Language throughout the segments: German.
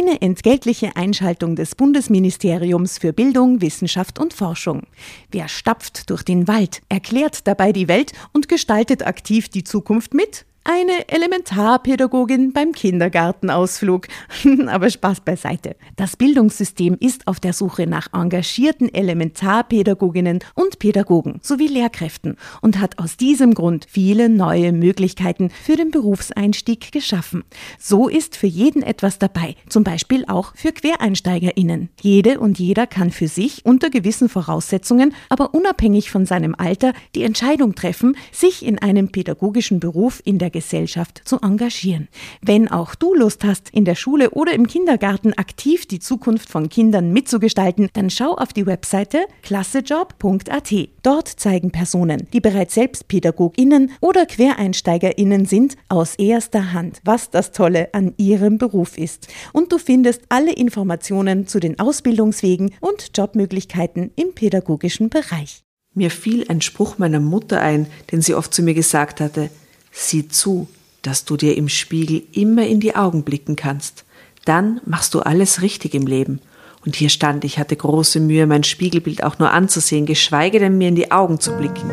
eine entgeltliche Einschaltung des Bundesministeriums für Bildung, Wissenschaft und Forschung. Wer stapft durch den Wald, erklärt dabei die Welt und gestaltet aktiv die Zukunft mit? Eine Elementarpädagogin beim Kindergartenausflug. Aber Spaß beiseite. Das Bildungssystem ist auf der Suche nach engagierten Elementarpädagoginnen und Pädagogen sowie Lehrkräften und hat aus diesem Grund viele neue Möglichkeiten für den Berufseinstieg geschaffen. So ist für jeden etwas dabei, zum Beispiel auch für QuereinsteigerInnen. Jede und jeder kann für sich unter gewissen Voraussetzungen, aber unabhängig von seinem Alter, die Entscheidung treffen, sich in einem pädagogischen Beruf in der Gesellschaft zu engagieren. Wenn auch du Lust hast, in der Schule oder im Kindergarten aktiv die Zukunft von Kindern mitzugestalten, dann schau auf die Webseite klassejob.at. Dort zeigen Personen, die bereits selbst PädagogInnen oder QuereinsteigerInnen sind, aus erster Hand, was das Tolle an ihrem Beruf ist. Und du findest alle Informationen zu den Ausbildungswegen und Jobmöglichkeiten im pädagogischen Bereich. Mir fiel ein Spruch meiner Mutter ein, den sie oft zu mir gesagt hatte: Sieh zu, dass du dir im Spiegel immer in die Augen blicken kannst. Dann machst du alles richtig im Leben. Und hier stand ich, hatte große Mühe, mein Spiegelbild auch nur anzusehen, geschweige denn mir in die Augen zu blicken.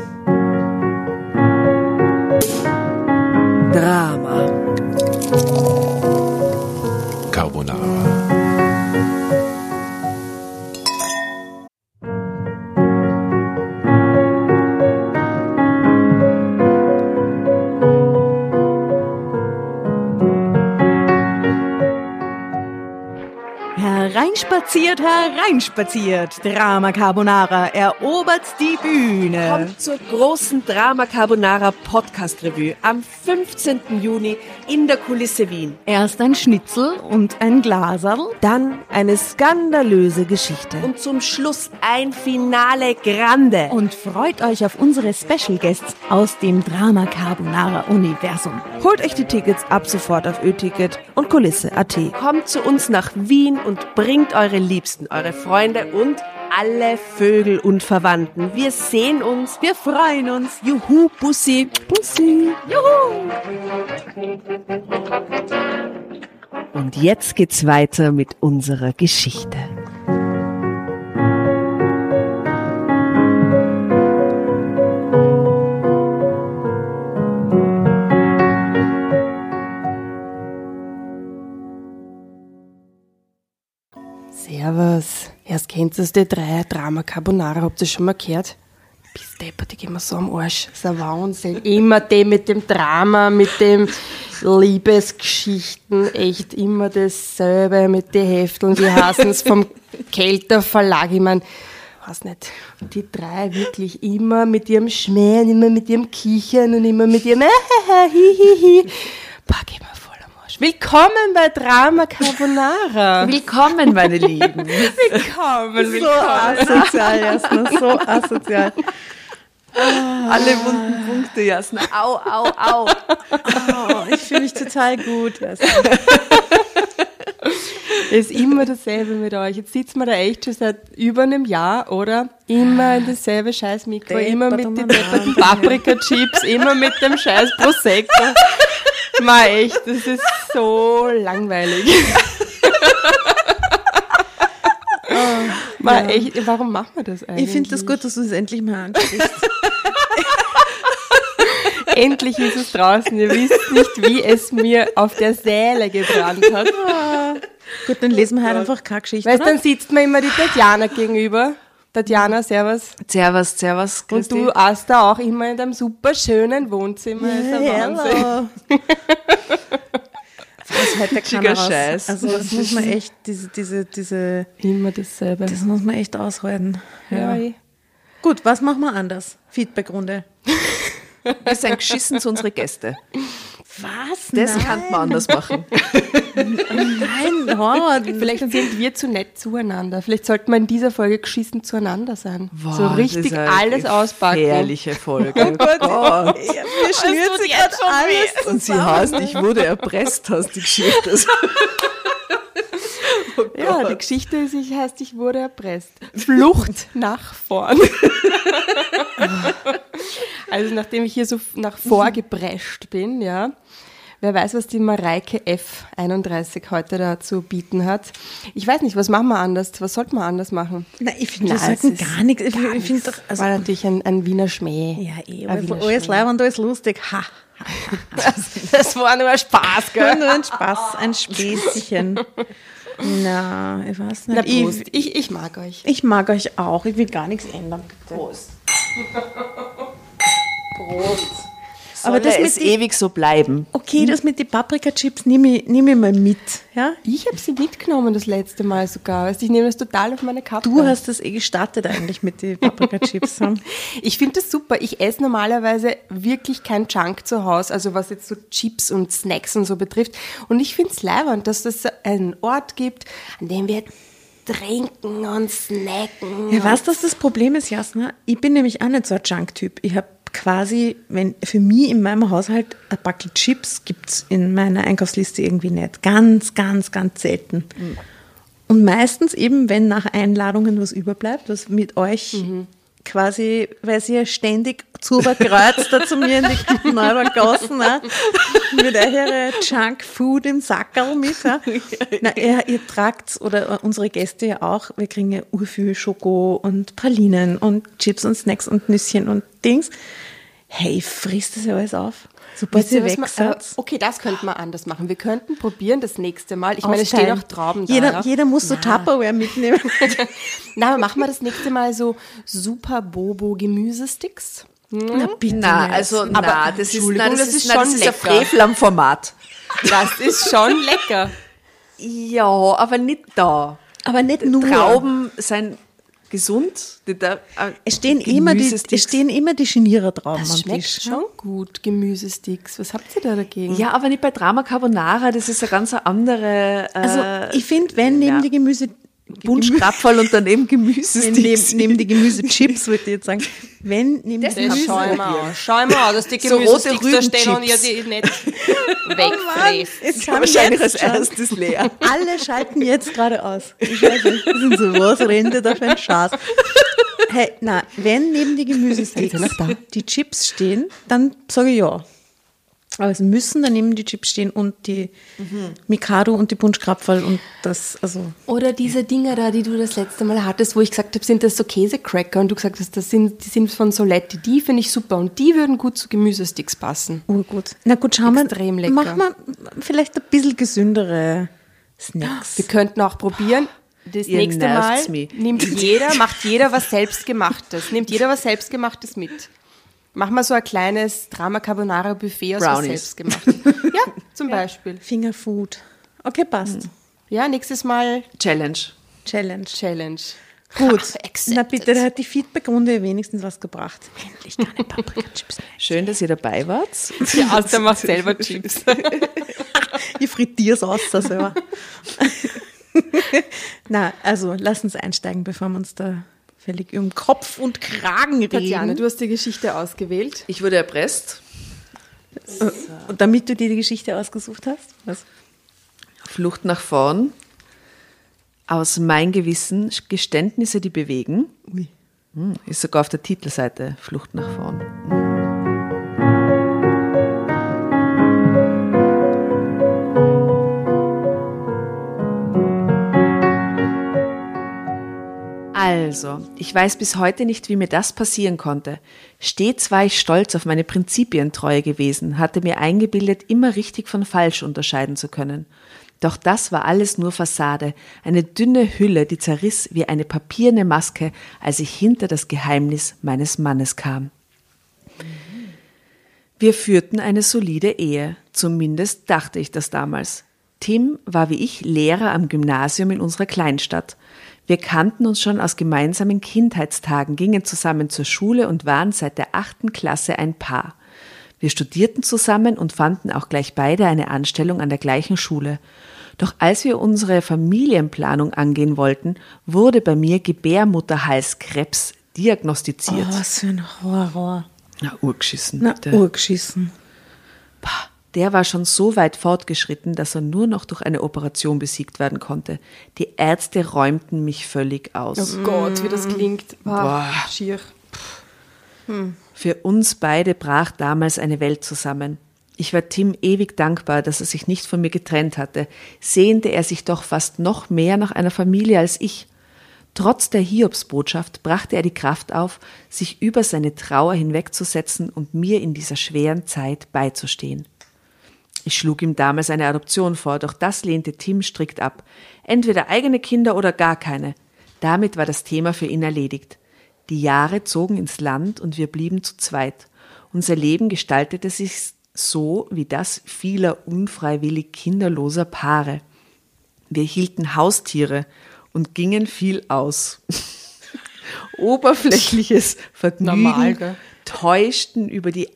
Drama. Carbonara. Hereinspaziert, Drama Carbonara erobert die Bühne. Kommt zur großen Drama Carbonara Podcast Revue am 15. Juni in der Kulisse Wien. Erst ein Schnitzel und ein Glaserl, Dann eine skandalöse Geschichte. Und zum Schluss ein Finale Grande. und freut euch auf unsere Special Guests aus dem Drama Carbonara Universum. Holt euch die Tickets ab sofort auf Ö-Ticket und Kulisse.at. Kommt zu uns nach Wien und bringt eure Liebsten, eure Freunde und alle Vögel und Verwandten. Wir sehen uns. Wir freuen uns. Juhu, Bussi. Bussi. Und jetzt geht's weiter mit unserer Geschichte. Servus. Erst kennt ihr die 3 Drama Carbonara. Habt ihr schon mal gehört? Bis deppert, die gehen mir so am Arsch. Das ist ein Wahnsinn. Immer dem mit dem Drama, mit dem Liebesgeschichten. Echt immer dasselbe mit den Hefteln. Die heißen es vom Kelter Verlag. Ich mein, weiß nicht. Die 3 wirklich immer mit ihrem Schmähen, immer mit ihrem Kichern und immer mit ihrem Hihihi. Boah, geh mal voll am Arsch. Willkommen bei Drama Carbonara. Willkommen, meine Lieben. Willkommen. So asozial, Jasna, so asozial. Alle wunden Punkte, Jasna. Au, au, au. Oh, ich fühle mich total gut, Jasna. Es ist immer dasselbe mit euch. Jetzt sitzen wir da echt schon seit über einem Jahr, oder? Immer in dasselbe scheiß Mikro, immer mit den depperten Paprika-Chips, immer mit dem scheiß Prosecco. Mei, echt, das ist so langweilig. Mei, echt, warum machen wir das eigentlich? Ich finde das gut, dass du es endlich mal ansprichst. Endlich ist es draußen. Ihr wisst nicht, wie es mir auf der Seele gebrannt hat. Gut, dann lesen wir halt einfach keine Geschichte. Weißt du, dann sitzt mir immer die Tatjana gegenüber. Tatjana, servus. Servus, servus. Und du Asta auch immer in deinem super schönen Wohnzimmer. Ist ein Wahnsinn. Hello. Das hält der Richtiger keiner aus. Scheiß. Also das muss man echt, diese Immer dasselbe. das muss man echt aushalten. Ja. Ja. Gut, was machen wir anders? Feedbackrunde. Wir sind geschissen zu unseren Gästen. Was? Das kann man anders machen. Nein, Horror. Vielleicht sind wir zu nett zueinander. Vielleicht sollten wir in dieser Folge geschissen zueinander sein. Wow, so richtig das ist eine alles auspacken. Gefährliche Folge. Oh Gott. Mir schnürt sich gerade alles. Und sie heißt, ich wurde erpresst, hast du geschickt. Ja, die Geschichte ist, ich wurde erpresst. Flucht nach vorn. Also nachdem ich hier so nach vorgeprescht bin, ja, Wer weiß, was die Mareike F31 heute da zu bieten hat. Ich weiß nicht, was machen wir anders? Was sollten wir anders machen? Na, ich finde, wir sollten gar nichts. Ich finde doch, also, war natürlich ein Wiener Schmäh. Ja, alles live und alles lustig. Ha. Das war nur ein Spaß, gell? Nur ein Spaß, ein Späßchen. Na, ich weiß nicht. Na, Prost. Ich mag euch. Ich mag euch auch. Ich will gar nichts ändern. Bitte. Prost. Prost. Aber das es ewig so bleiben. Okay, das mit den Paprika-Chips nehme ich mal mit. Ja? Ich habe sie mitgenommen das letzte Mal sogar. Ich nehme das total auf meine Kappe. Du hast das gestartet eigentlich mit den Paprika-Chips. Ich finde das super. Ich esse normalerweise wirklich kein Junk zu Hause, also was jetzt so Chips und Snacks und so betrifft. Und ich finde es leibend, dass es einen Ort gibt, an dem wir trinken und snacken. Ja, weißt du, was das Problem ist, Jasna? Ich bin nämlich auch nicht so ein Junk-Typ. Ich habe quasi, wenn für mich in meinem Haushalt ein Backel Chips gibt es in meiner Einkaufsliste irgendwie nicht. Ganz, ganz, ganz selten. Mhm. Und meistens eben, wenn nach Einladungen was überbleibt, was mit euch quasi, weil sie ja ständig zuberkreuzt da zu mir in die Neubergassen, mit eurer Junk-Food im Sackerl mit. Na, ihr tragt's, oder unsere Gäste ja auch, wir kriegen ja urviel Schoko und Pralinen und Chips und Snacks und Nüsschen und Dings. Hey, frisst das ja alles auf. Sobald ihr weg seid. Okay, das könnten wir anders machen. Wir könnten probieren das nächste Mal. Ich meine, es stehen auch Trauben da. Jeder muss so Tupperware mitnehmen. Na, aber machen wir das nächste Mal so Super Bobo Gemüsesticks? Na bitte. Das ist schon ein Frevel am Format. Das ist schon lecker. Ja, aber nicht da. Aber nicht nur. Trauben sind gesund. Es stehen immer die Genierer-Trauben am Tisch. Das schmeckt schon gut, Gemüsesticks. Was habt ihr da dagegen? Ja, aber nicht bei Drama Carbonara, das ist eine ganz andere... Also ich finde, wenn neben die Bunschkrapferl und daneben Gemüsesticks. Neben die Gemüsechips, würde ich jetzt sagen. Wenn neben das die Gemüse... Schau mal, dass die Gemüsesticks so da stehen und ihr die nicht wegfräst. Es wahrscheinlich als erstes leer. Alle schalten jetzt gerade aus. Ich weiß nicht, das sind so, was rennt da für ein Schatz? Hey, na, wenn neben die Gemüsesticks die Chips stehen, dann sage ich ja. Aber es müssen daneben die Chips stehen und die Mikado und die Bunschkrapferl und das, also. Oder diese Dinger da, die du das letzte Mal hattest, wo ich gesagt habe, sind das so Käsecracker und du gesagt hast, die sind von Soletti, die finde ich super und die würden gut zu Gemüsesticks passen. Urgut. Na gut, schauen wir. Extrem lecker. Machen wir vielleicht ein bisschen gesündere Snacks. Wir könnten auch probieren. Das nächste Mal macht jeder was Selbstgemachtes. Nimmt jeder was Selbstgemachtes mit. Machen wir so ein kleines Drama Carbonara Buffet aus was Selbstgemachtem. Ja, zum Beispiel. Fingerfood. Okay, passt. Ja, nächstes Mal Challenge. Gut. Na bitte, da hat die Feedback-Runde wenigstens was gebracht. Endlich keine Paprika-Chips. Schön, dass ihr dabei wart. Ja, der macht selber Chips. Ich frittiere es aus selber. Na, also lass uns einsteigen, bevor wir uns da völlig um Kopf und Kragen reden. Tatjana, du hast die Geschichte ausgewählt. Ich wurde erpresst. Und damit du dir die Geschichte ausgesucht hast? Was? Flucht nach vorn. Aus mein Gewissen, Geständnisse, die bewegen. Ui. Ist sogar auf der Titelseite, Flucht nach vorn. Also, ich weiß bis heute nicht, wie mir das passieren konnte. Stets war ich stolz auf meine Prinzipientreue gewesen, hatte mir eingebildet, immer richtig von falsch unterscheiden zu können. Doch das war alles nur Fassade, eine dünne Hülle, die zerriss wie eine papierne Maske, als ich hinter das Geheimnis meines Mannes kam. Wir führten eine solide Ehe, zumindest dachte ich das damals. Tim war wie ich Lehrer am Gymnasium in unserer Kleinstadt. Wir kannten uns schon aus gemeinsamen Kindheitstagen, gingen zusammen zur Schule und waren seit der 8. Klasse ein Paar. Wir studierten zusammen und fanden auch gleich beide eine Anstellung an der gleichen Schule. Doch als wir unsere Familienplanung angehen wollten, wurde bei mir Gebärmutterhalskrebs diagnostiziert. Oh, was für ein Horror. Na, urgeschissen. Der war schon so weit fortgeschritten, dass er nur noch durch eine Operation besiegt werden konnte. Die Ärzte räumten mich völlig aus. Oh Gott, wie das klingt. Schier. Für uns beide brach damals eine Welt zusammen. Ich war Tim ewig dankbar, dass er sich nicht von mir getrennt hatte. Sehnte er sich doch fast noch mehr nach einer Familie als ich. Trotz der Hiobsbotschaft brachte er die Kraft auf, sich über seine Trauer hinwegzusetzen und mir in dieser schweren Zeit beizustehen. Ich schlug ihm damals eine Adoption vor, doch das lehnte Tim strikt ab. Entweder eigene Kinder oder gar keine. Damit war das Thema für ihn erledigt. Die Jahre zogen ins Land und wir blieben zu zweit. Unser Leben gestaltete sich so wie das vieler unfreiwillig kinderloser Paare. Wir hielten Haustiere und gingen viel aus. Oberflächliches Vergnügungen täuschten über die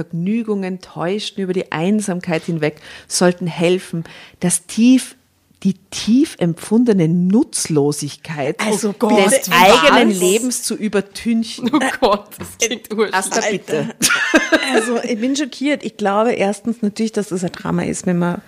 Einsamkeit hinweg, sollten helfen, die tief empfundene Nutzlosigkeit des eigenen Lebens zu übertünchen. Oh Gott, das klingt urschlecht. Asta, bitte. Also ich bin schockiert. Ich glaube erstens natürlich, dass das ein Drama ist, wenn man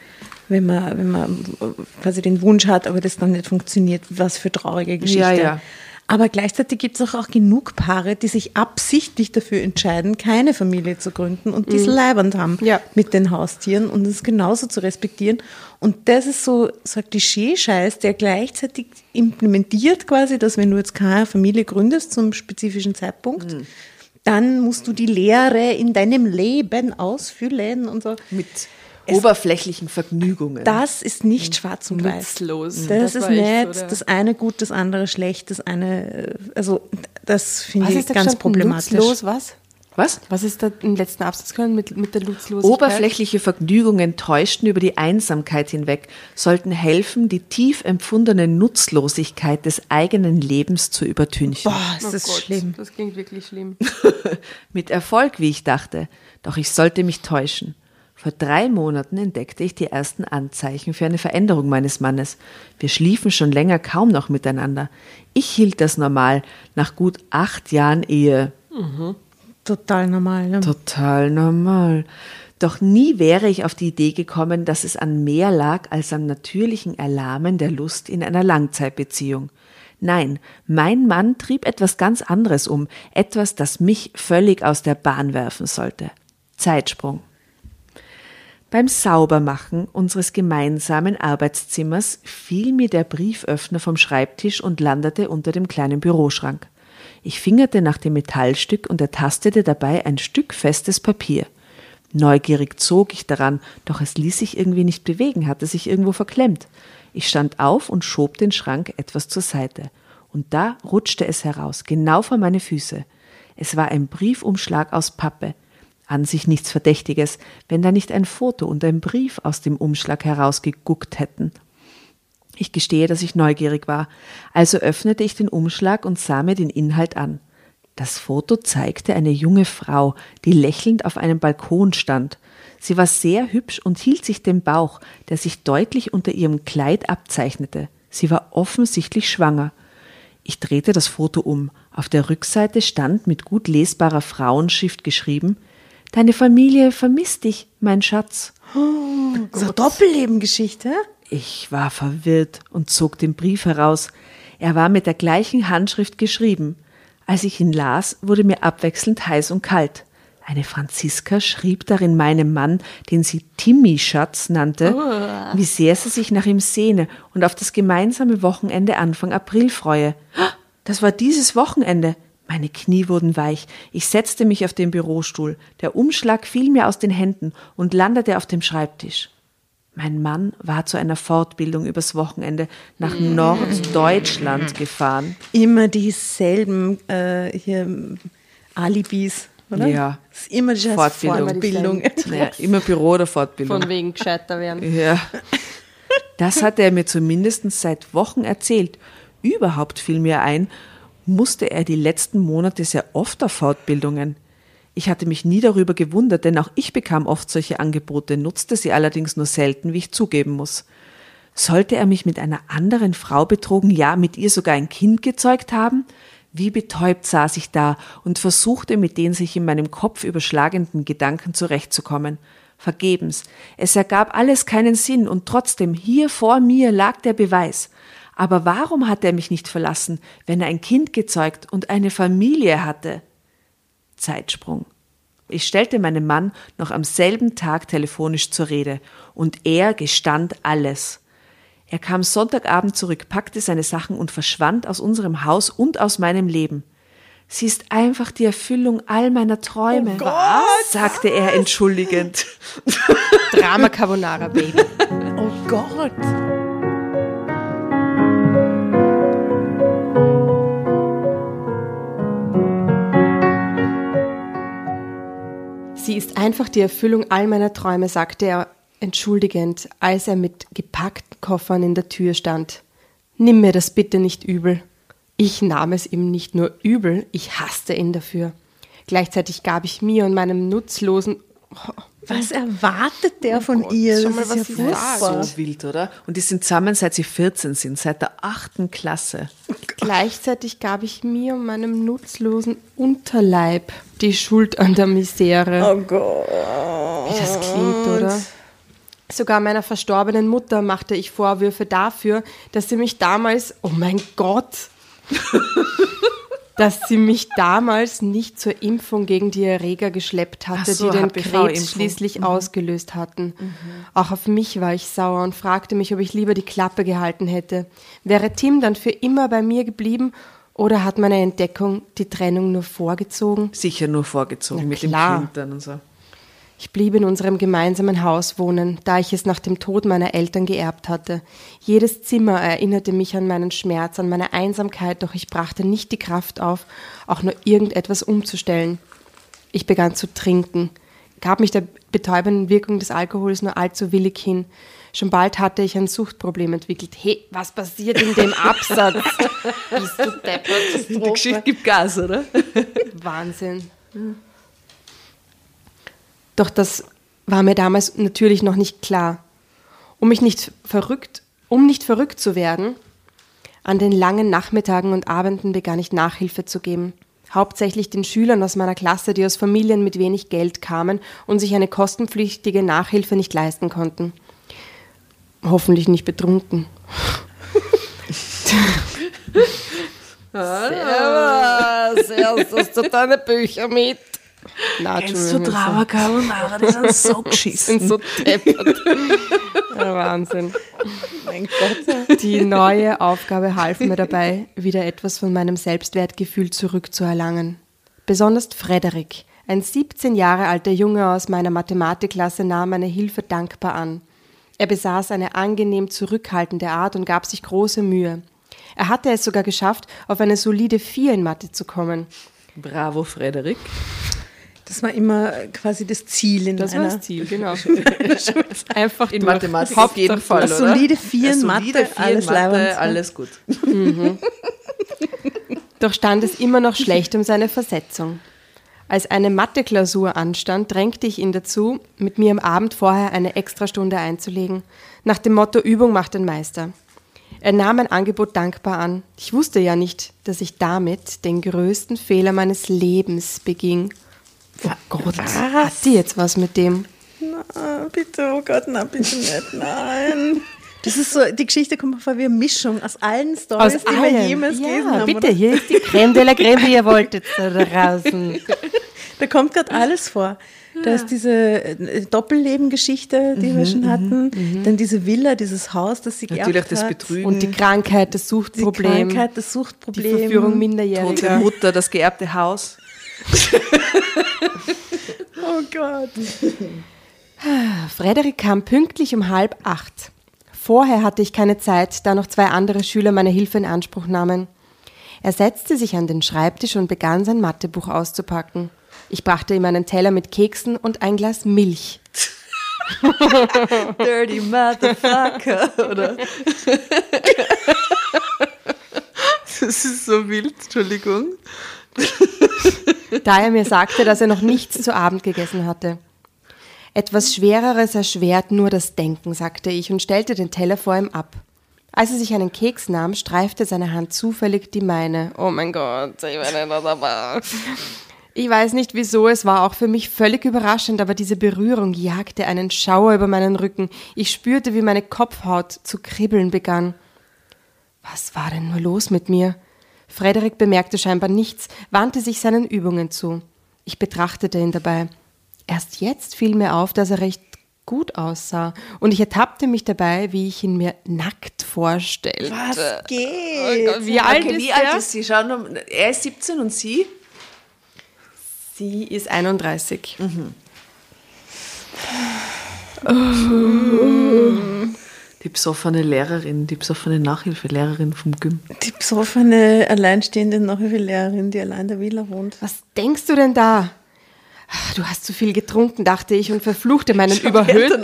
quasi den Wunsch hat, aber das dann nicht funktioniert. Was für traurige Geschichte. Ja. Aber gleichzeitig gibt es auch genug Paare, die sich absichtlich dafür entscheiden, keine Familie zu gründen und dies leibernd haben mit den Haustieren und es genauso zu respektieren. Und das ist so ein Klischee-Scheiß, der gleichzeitig implementiert quasi, dass wenn du jetzt keine Familie gründest zum spezifischen Zeitpunkt, dann musst du die Leere in deinem Leben ausfüllen und so. Mit oberflächlichen Vergnügungen. Das ist nicht schwarz und weiß. Nutzlos. Das ist war echt nicht so, das eine gut, das andere schlecht, das eine, also das finde ich da ganz gestanden? problematisch. Nutzlos, was? Was? Was ist da im letzten Absatz können mit der Nutzlosigkeit? Oberflächliche Vergnügungen täuschten über die Einsamkeit hinweg, sollten helfen, die tief empfundene Nutzlosigkeit des eigenen Lebens zu übertünchen. Boah, ist das schlimm. Das klingt wirklich schlimm. Mit Erfolg, wie ich dachte. Doch ich sollte mich täuschen. Vor 3 Monaten entdeckte ich die ersten Anzeichen für eine Veränderung meines Mannes. Wir schliefen schon länger kaum noch miteinander. Ich hielt das normal, nach gut 8 Jahren Ehe. Total normal, ne? Total normal. Doch nie wäre ich auf die Idee gekommen, dass es an mehr lag als am natürlichen Erlahmen der Lust in einer Langzeitbeziehung. Nein, mein Mann trieb etwas ganz anderes um, etwas, das mich völlig aus der Bahn werfen sollte. Zeitsprung. Beim Saubermachen unseres gemeinsamen Arbeitszimmers fiel mir der Brieföffner vom Schreibtisch und landete unter dem kleinen Büroschrank. Ich fingerte nach dem Metallstück und ertastete dabei ein Stück festes Papier. Neugierig zog ich daran, doch es ließ sich irgendwie nicht bewegen, hatte sich irgendwo verklemmt. Ich stand auf und schob den Schrank etwas zur Seite. Und da rutschte es heraus, genau vor meine Füße. Es war ein Briefumschlag aus Pappe. An sich nichts Verdächtiges, wenn da nicht ein Foto und ein Brief aus dem Umschlag herausgeguckt hätten. Ich gestehe, dass ich neugierig war, also öffnete ich den Umschlag und sah mir den Inhalt an. Das Foto zeigte eine junge Frau, die lächelnd auf einem Balkon stand. Sie war sehr hübsch und hielt sich den Bauch, der sich deutlich unter ihrem Kleid abzeichnete. Sie war offensichtlich schwanger. Ich drehte das Foto um. Auf der Rückseite stand mit gut lesbarer Frauenschrift geschrieben: Deine Familie vermisst dich, mein Schatz. So Doppellebengeschichte? Ich war verwirrt und zog den Brief heraus. Er war mit der gleichen Handschrift geschrieben. Als ich ihn las, wurde mir abwechselnd heiß und kalt. Eine Franziska schrieb darin meinem Mann, den sie Timmy-Schatz nannte, wie sehr sie sich nach ihm sehne und auf das gemeinsame Wochenende Anfang April freue. Das war dieses Wochenende. Meine Knie wurden weich. Ich setzte mich auf den Bürostuhl. Der Umschlag fiel mir aus den Händen und landete auf dem Schreibtisch. Mein Mann war zu einer Fortbildung übers Wochenende nach Norddeutschland gefahren. Immer dieselben Alibis, oder? Ja. Das ist immer die Fortbildung. Naja, immer Büro oder Fortbildung. Von wegen gescheiter werden. Ja. Das hatte er mir zumindest seit Wochen erzählt. Überhaupt fiel mir ein, musste er die letzten Monate sehr oft auf Fortbildungen. Ich hatte mich nie darüber gewundert, denn auch ich bekam oft solche Angebote, nutzte sie allerdings nur selten, wie ich zugeben muss. Sollte er mich mit einer anderen Frau betrogen, ja, mit ihr sogar ein Kind gezeugt haben? Wie betäubt saß ich da und versuchte, mit den sich in meinem Kopf überschlagenden Gedanken zurechtzukommen. Vergebens. Es ergab alles keinen Sinn und trotzdem, hier vor mir lag der Beweis. Aber warum hat er mich nicht verlassen, wenn er ein Kind gezeugt und eine Familie hatte? Zeitsprung. Ich stellte meinen Mann noch am selben Tag telefonisch zur Rede und er gestand alles. Er kam Sonntagabend zurück, packte seine Sachen und verschwand aus unserem Haus und aus meinem Leben. Sie ist einfach die Erfüllung all meiner Träume, sagte er entschuldigend. Drama Carbonara, Baby. Oh Gott. Sie ist einfach die Erfüllung all meiner Träume, sagte er entschuldigend, als er mit gepackten Koffern in der Tür stand. Nimm mir das bitte nicht übel. Ich nahm es ihm nicht nur übel, ich hasste ihn dafür. Gleichzeitig gab ich mir und meinem nutzlosen... Was erwartet der von ihr? schau mal, Das ist was ja sie furchtbar. So wild, oder? Und die sind zusammen, seit sie 14 sind, seit der 8. Klasse. Gleichzeitig gab ich mir und meinem nutzlosen Unterleib die Schuld an der Misere. Oh Gott. Wie das klingt, oder? Sogar meiner verstorbenen Mutter machte ich Vorwürfe dafür, dass sie mich damals, oh mein Gott, dass sie mich damals nicht zur Impfung gegen die Erreger geschleppt hatte, Ach so, die den HPV-Impfung. Krebs schließlich ausgelöst hatten. Auch auf mich war ich sauer und fragte mich, ob ich lieber die Klappe gehalten hätte. Wäre Tim dann für immer bei mir geblieben oder hat meine Entdeckung die Trennung nur vorgezogen? Sicher nur vorgezogen Na mit klar. dem Kind dann und so. Ich blieb in unserem gemeinsamen Haus wohnen, da ich es nach dem Tod meiner Eltern geerbt hatte. Jedes Zimmer erinnerte mich an meinen Schmerz, an meine Einsamkeit, doch ich brachte nicht die Kraft auf, auch nur irgendetwas umzustellen. Ich begann zu trinken, gab mich der betäubenden Wirkung des Alkohols nur allzu willig hin. Schon bald hatte ich ein Suchtproblem entwickelt. Hey, was passiert in dem Absatz? Bist du deppert? Die Geschichte gibt Gas, oder? Wahnsinn. Doch das war mir damals natürlich noch nicht klar. Um nicht verrückt zu werden, an den langen Nachmittagen und Abenden begann ich Nachhilfe zu geben. Hauptsächlich den Schülern aus meiner Klasse, die aus Familien mit wenig Geld kamen und sich eine kostenpflichtige Nachhilfe nicht leisten konnten. Hoffentlich nicht betrunken. Servus, hast du deine Bücher mit? Na, Kennst du Drama Carbonara? Die sind so geschissen. sind so deppert. Ja, Wahnsinn. Mein Gott. Die neue Aufgabe half mir dabei, wieder etwas von meinem Selbstwertgefühl zurückzuerlangen. Besonders Frederik, ein 17 Jahre alter Junge aus meiner Mathematikklasse, nahm meine Hilfe dankbar an. Er besaß eine angenehm zurückhaltende Art und gab sich große Mühe. Er hatte es sogar geschafft, auf eine solide 4 in Mathe zu kommen. Bravo, Frederik. Das war immer quasi das Ziel in Das war einer das Ziel, genau. Einfach In durch. Mathematik auf jeden Fall, eine oder? solide 4 in Eine Mathe, solide 4 in alles Mathe, leibend. alles gut. Doch stand es immer noch schlecht um seine Versetzung. Als eine Mathe-Klausur anstand, drängte ich ihn dazu, mit mir am Abend vorher eine Extrastunde einzulegen, nach dem Motto Übung macht den Meister. Er nahm mein Angebot dankbar an. Ich wusste ja nicht, dass ich damit den größten Fehler meines Lebens beging. Oh Gott, hat die jetzt was mit dem? Na, bitte, oh Gott, na, bitte nicht, nein. Das ist so, die Geschichte kommt mir vor wie eine Mischung aus allen Storys, die wir jemals gelesen haben. Bitte, oder? hier ist die Creme de la Creme, die ihr wolltet da draußen. Da kommt gerade alles vor. Da ist diese Doppellebengeschichte, die wir schon hatten. Dann diese Villa, dieses Haus, das sie geerbt Natürlich das hat. Betrügen, Und die Krankheit, das Die Suchtproblem, Krankheit, das die Suchtproblem. Verführung tote Minderjähriger. Mutter, das geerbte Haus. Oh Gott. Frederik kam pünktlich um 7:30. Vorher hatte ich keine Zeit, da noch 2 andere Schüler meine Hilfe in Anspruch nahmen. Er setzte sich an den Schreibtisch und begann sein Mathebuch auszupacken. Ich brachte ihm einen Teller mit Keksen und ein Glas Milch. Dirty Motherfucker, oder? Das ist so wild, Entschuldigung. Da er mir sagte, dass er noch nichts zu Abend gegessen hatte. Etwas Schwereres erschwert nur das Denken, sagte ich und stellte den Teller vor ihm ab. Als er sich einen Keks nahm, streifte seine Hand zufällig die meine. Oh mein Gott, ich weiß nicht, was da war. Ich weiß nicht wieso, es war auch für mich völlig überraschend, aber diese Berührung jagte einen Schauer über meinen Rücken. Ich spürte, wie meine Kopfhaut zu kribbeln begann. Was war denn nur los mit mir? Frederik bemerkte scheinbar nichts, wandte sich seinen Übungen zu. Ich betrachtete ihn dabei. Erst jetzt fiel mir auf, dass er recht gut aussah. Und ich ertappte mich dabei, wie ich ihn mir nackt vorstellte. Was geht? Oh Gott, wie alt ist wie der? alt ist sie? Schau noch, er ist 17 und sie? Sie ist 31. Die besoffene Lehrerin, die besoffene Nachhilfelehrerin vom Gym. Die besoffene, alleinstehende Nachhilfelehrerin, die allein in der Villa wohnt. Was denkst du denn da? Du hast zu viel getrunken, dachte ich, und verfluchte meinen überhöhten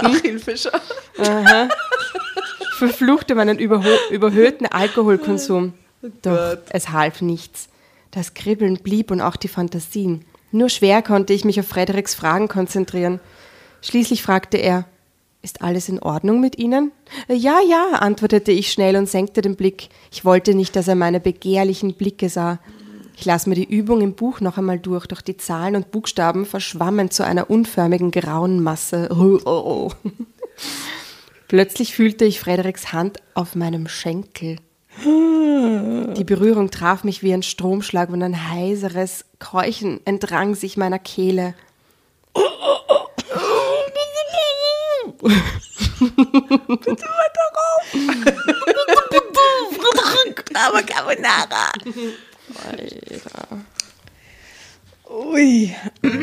Alkoholkonsum. Doch es half nichts. Das Kribbeln blieb und auch die Fantasien. Nur schwer konnte ich mich auf Frederiks Fragen konzentrieren. Schließlich fragte er, ist alles in Ordnung mit Ihnen? Ja, ja, antwortete ich schnell und senkte den Blick. Ich wollte nicht, dass er meine begehrlichen Blicke sah. Ich las mir die Übung im Buch noch einmal durch, doch die Zahlen und Buchstaben verschwammen zu einer unförmigen grauen Masse. Plötzlich fühlte ich Frederiks Hand auf meinem Schenkel. Die Berührung traf mich wie ein Stromschlag und ein heiseres Keuchen entrang sich meiner Kehle. Bitte weiter rauf! Aber Carbonara! Alter. Ui.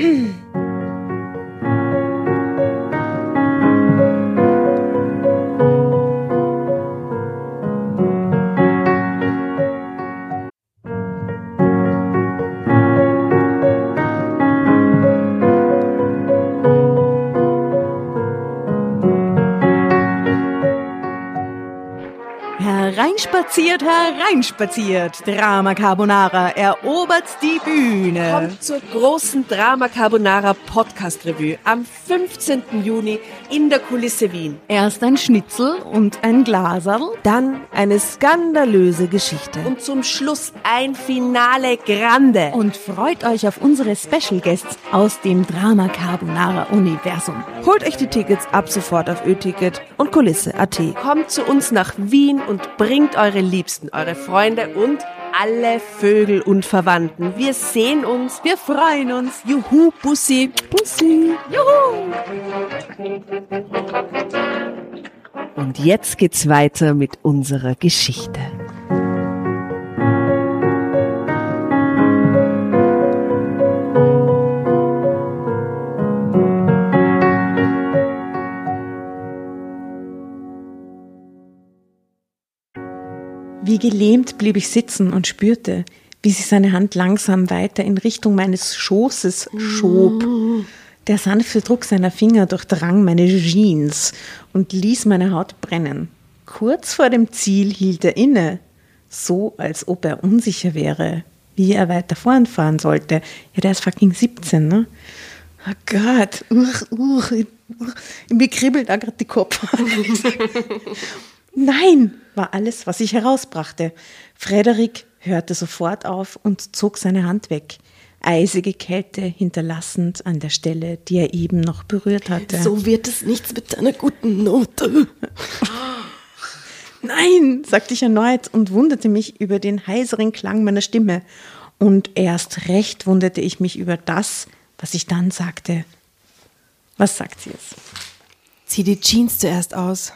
Hereinspaziert, Drama Carbonara erobert die Bühne. Kommt zur großen Drama Carbonara Podcast Revue am 15. Juni in der Kulisse Wien. Erst ein Schnitzel und ein Glaserl. Dann eine skandalöse Geschichte. Und zum Schluss ein Finale Grande. Und freut euch auf unsere Special Guests aus dem Drama Carbonara Universum. Holt euch die Tickets ab sofort auf Ö-Ticket und Kulisse.at. Kommt zu uns nach Wien und bringt eure Liebsten, eure Freunde und alle Vögel und Verwandten. Wir sehen uns. Wir freuen uns. Juhu, Bussi. Bussi. Juhu. Und jetzt geht's weiter mit unserer Geschichte. Wie gelähmt blieb ich sitzen und spürte, wie sich seine Hand langsam weiter in Richtung meines Schoßes schob. Der sanfte Druck seiner Finger durchdrang meine Jeans und ließ meine Haut brennen. Kurz vor dem Ziel hielt er inne, so als ob er unsicher wäre, wie er weiter voranfahren sollte. Ja, der ist fucking 17, ne? Oh Gott, mir kribbelt da gerade die Kopf. Nein, war alles, was ich herausbrachte. Frederik hörte sofort auf und zog seine Hand weg. Eisige Kälte hinterlassend an der Stelle, die er eben noch berührt hatte. So wird es nichts mit deiner guten Note. Nein, sagte ich erneut und wunderte mich über den heiseren Klang meiner Stimme. Und erst recht wunderte ich mich über das, was ich dann sagte. Was sagt sie jetzt? Zieh die Jeans zuerst aus.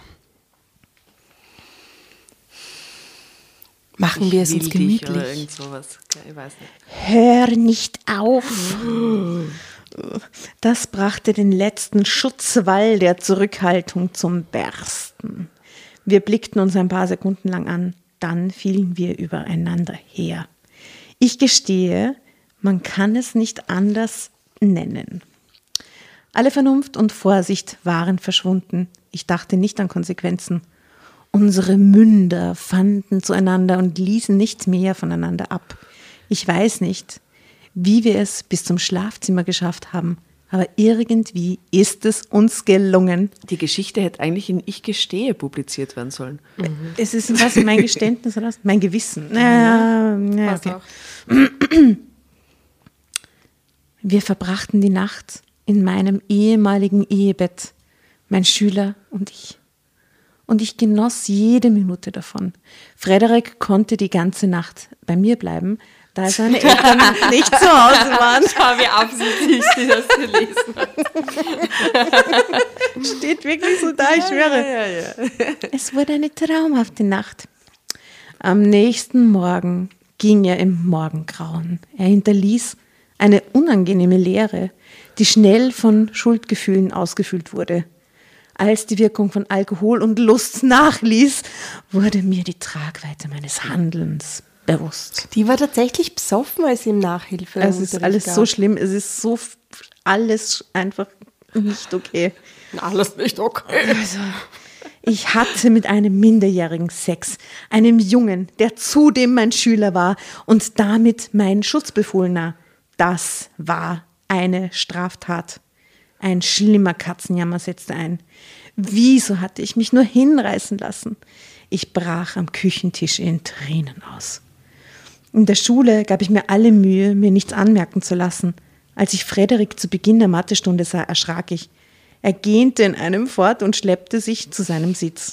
Machen wir es uns gemütlich. Oder irgend sowas. Ich weiß nicht. Hör nicht auf. Das brachte den letzten Schutzwall der Zurückhaltung zum Bersten. Wir blickten uns ein paar Sekunden lang an, dann fielen wir übereinander her. Ich gestehe, man kann es nicht anders nennen. Alle Vernunft und Vorsicht waren verschwunden. Ich dachte nicht an Konsequenzen. Unsere Münder fanden zueinander und ließen nichts mehr voneinander ab. Ich weiß nicht, wie wir es bis zum Schlafzimmer geschafft haben, aber irgendwie ist es uns gelungen. Die Geschichte hätte eigentlich in Ich gestehe publiziert werden sollen. Es ist was, mein Geständnis oder was? Mein Gewissen. Okay. Wir verbrachten die Nacht in meinem ehemaligen Ehebett, mein Schüler und ich. Und ich genoss jede Minute davon. Frederik konnte die ganze Nacht bei mir bleiben, da seine Eltern nicht zu Hause waren. Das habe ich absichtlich, das gelesen. Steht wirklich so da, ich schwöre. Ja. Es wurde eine traumhafte Nacht. Am nächsten Morgen ging er im Morgengrauen. Er hinterließ eine unangenehme Leere, die schnell von Schuldgefühlen ausgefüllt wurde. Als die Wirkung von Alkohol und Lust nachließ, wurde mir die Tragweite meines Handelns bewusst. Die war tatsächlich besoffen, als sie im Nachhilfe Es ist alles so schlimm, es ist so alles einfach nicht okay. Alles nicht okay. Also, ich hatte mit einem Minderjährigen Sex, einem Jungen, der zudem mein Schüler war und damit mein Schutzbefohlener. Das war eine Straftat. Ein schlimmer Katzenjammer setzte ein. Wieso hatte ich mich nur hinreißen lassen? Ich brach am Küchentisch in Tränen aus. In der Schule gab ich mir alle Mühe, mir nichts anmerken zu lassen. Als ich Frederik zu Beginn der Mathestunde sah, erschrak ich. Er gähnte in einem fort und schleppte sich zu seinem Sitz.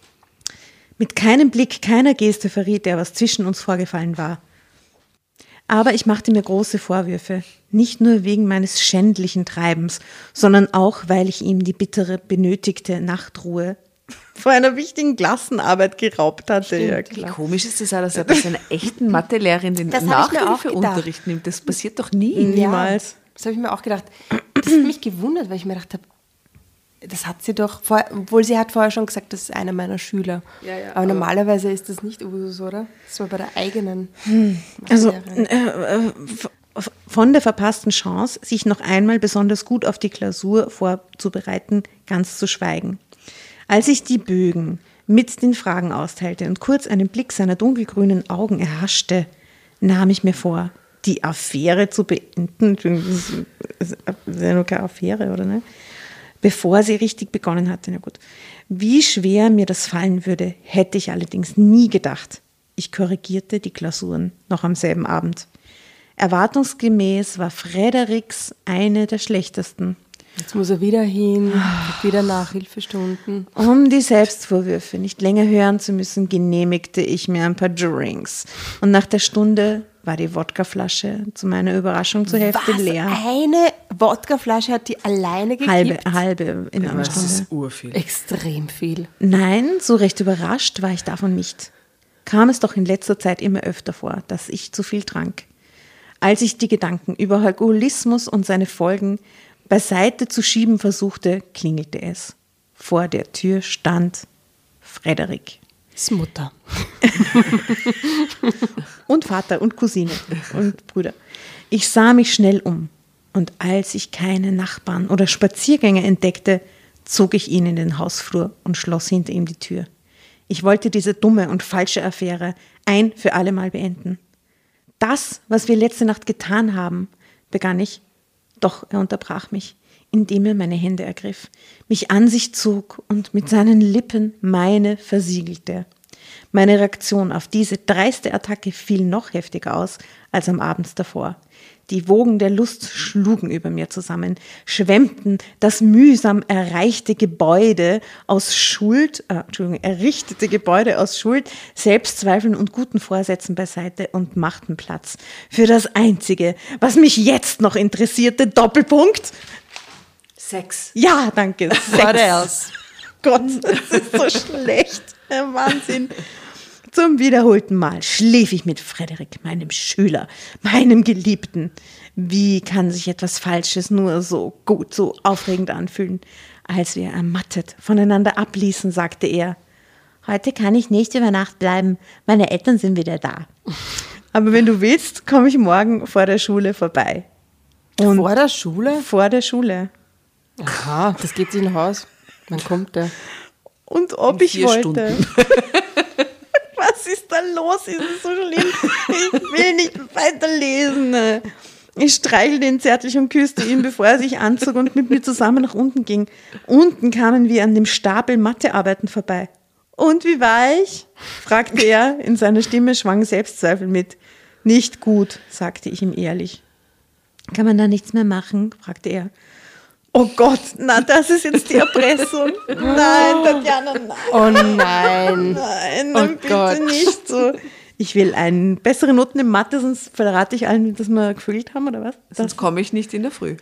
Mit keinem Blick, keiner Geste verriet er, was zwischen uns vorgefallen war. Aber ich machte mir große Vorwürfe, nicht nur wegen meines schändlichen Treibens, sondern auch, weil ich ihm die bittere, benötigte Nachtruhe vor einer wichtigen Klassenarbeit geraubt hatte. Ja, Wie klar. komisch ist das auch, dass er bei seiner echten Mathelehrerin den Das hab ich mir auch Nachhilfeunterricht nimmt. Das passiert doch nie. Niemals. Das habe ich mir auch gedacht. Das hat mich gewundert, weil ich mir gedacht habe, das hat sie doch vorher, obwohl sie hat vorher schon gesagt, das ist einer meiner Schüler. Aber normalerweise ist das nicht Usus, oder? Das war bei der eigenen. Also Lehrerin. von der verpassten Chance, sich noch einmal besonders gut auf die Klausur vorzubereiten, ganz zu schweigen. Als ich die Bögen mit den Fragen austeilte und kurz einen Blick seiner dunkelgrünen Augen erhaschte, nahm ich mir vor, die Affäre zu beenden. Das ist ja nur keine Affäre, oder ne? Bevor sie richtig begonnen hatte. Na gut. Wie schwer mir das fallen würde, hätte ich allerdings nie gedacht. Ich korrigierte die Klausuren noch am selben Abend. Erwartungsgemäß war Frederiks eine der schlechtesten. Jetzt muss er wieder hin, hat wieder Nachhilfestunden. Um die Selbstvorwürfe nicht länger hören zu müssen, genehmigte ich mir ein paar Drinks. Und nach der Stunde war die Wodkaflasche zu meiner Überraschung zur Hälfte leer. Eine Wodkaflasche hat die alleine gekippt? Halbe in einer Das Stunde. ist urviel. Extrem viel. Nein, so recht überrascht war ich davon nicht. Kam es doch in letzter Zeit immer öfter vor, dass ich zu viel trank. Als ich die Gedanken über Alkoholismus und seine Folgen beiseite zu schieben versuchte, klingelte es. Vor der Tür stand Frederik. Das ist Mutter. Und Vater und Cousine und Brüder. Ich sah mich schnell um und als ich keine Nachbarn oder Spaziergänger entdeckte, zog ich ihn in den Hausflur und schloss hinter ihm die Tür. Ich wollte diese dumme und falsche Affäre ein für alle Mal beenden. Das, was wir letzte Nacht getan haben, begann ich, doch er unterbrach mich, indem er meine Hände ergriff, mich an sich zog und mit seinen Lippen meine versiegelte. Meine Reaktion auf diese dreiste Attacke fiel noch heftiger aus als am Abend davor. Die Wogen der Lust schlugen über mir zusammen, schwemmten das mühsam errichtete Gebäude aus Schuld, Selbstzweifeln und guten Vorsätzen beiseite und machten Platz für das Einzige, was mich jetzt noch interessierte, Doppelpunkt. Sex. Ja, danke. What else? Gott, das ist so schlecht. Wahnsinn. Zum wiederholten Mal schlief ich mit Frederik, meinem Schüler, meinem Geliebten. Wie kann sich etwas Falsches nur so gut, so aufregend anfühlen? Als wir ermattet voneinander abließen, sagte er, heute kann ich nicht über Nacht bleiben, meine Eltern sind wieder da. Aber wenn du willst, komme ich morgen vor der Schule vorbei. Und Vor der Schule? vor der Schule. Aha, das geht sich nach Haus. Wann kommt der? Und ob In ich 4 wollte. Stunden. Was ist da los? Ist es so schlimm? Ich will nicht weiterlesen. Ich streichelte ihn zärtlich und küsste ihn, bevor er sich anzog und mit mir zusammen nach unten ging. Unten kamen wir an dem Stapel Mathearbeiten vorbei. Und wie war ich? Fragte er. In seiner Stimme schwang Selbstzweifel mit. Nicht gut, sagte ich ihm ehrlich. Kann man da nichts mehr machen? Fragte er. Oh Gott, na, das ist jetzt die Erpressung. Nein, Tatjana, nein. Oh nein. Nein, Oh bitte Gott. nicht so. Ich will bessere Noten in Mathe, sonst verrate ich allen, dass wir gefühlt haben, oder was? Sonst komme ich nicht in der Früh.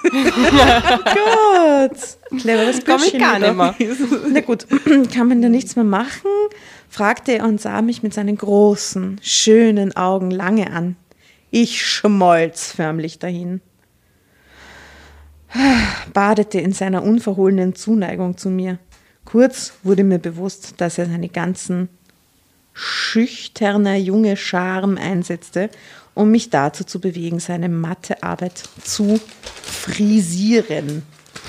Gott, cleveres Komm ich gar nicht mehr. Na gut, kann man da nichts mehr machen? Fragte er und sah mich mit seinen großen, schönen Augen lange an. Ich schmolz förmlich dahin. Badete in seiner unverhohlenen Zuneigung zu mir. Kurz wurde mir bewusst, dass er seine ganzen schüchterner junge Charme einsetzte, um mich dazu zu bewegen, seine Mathearbeit zu frisieren.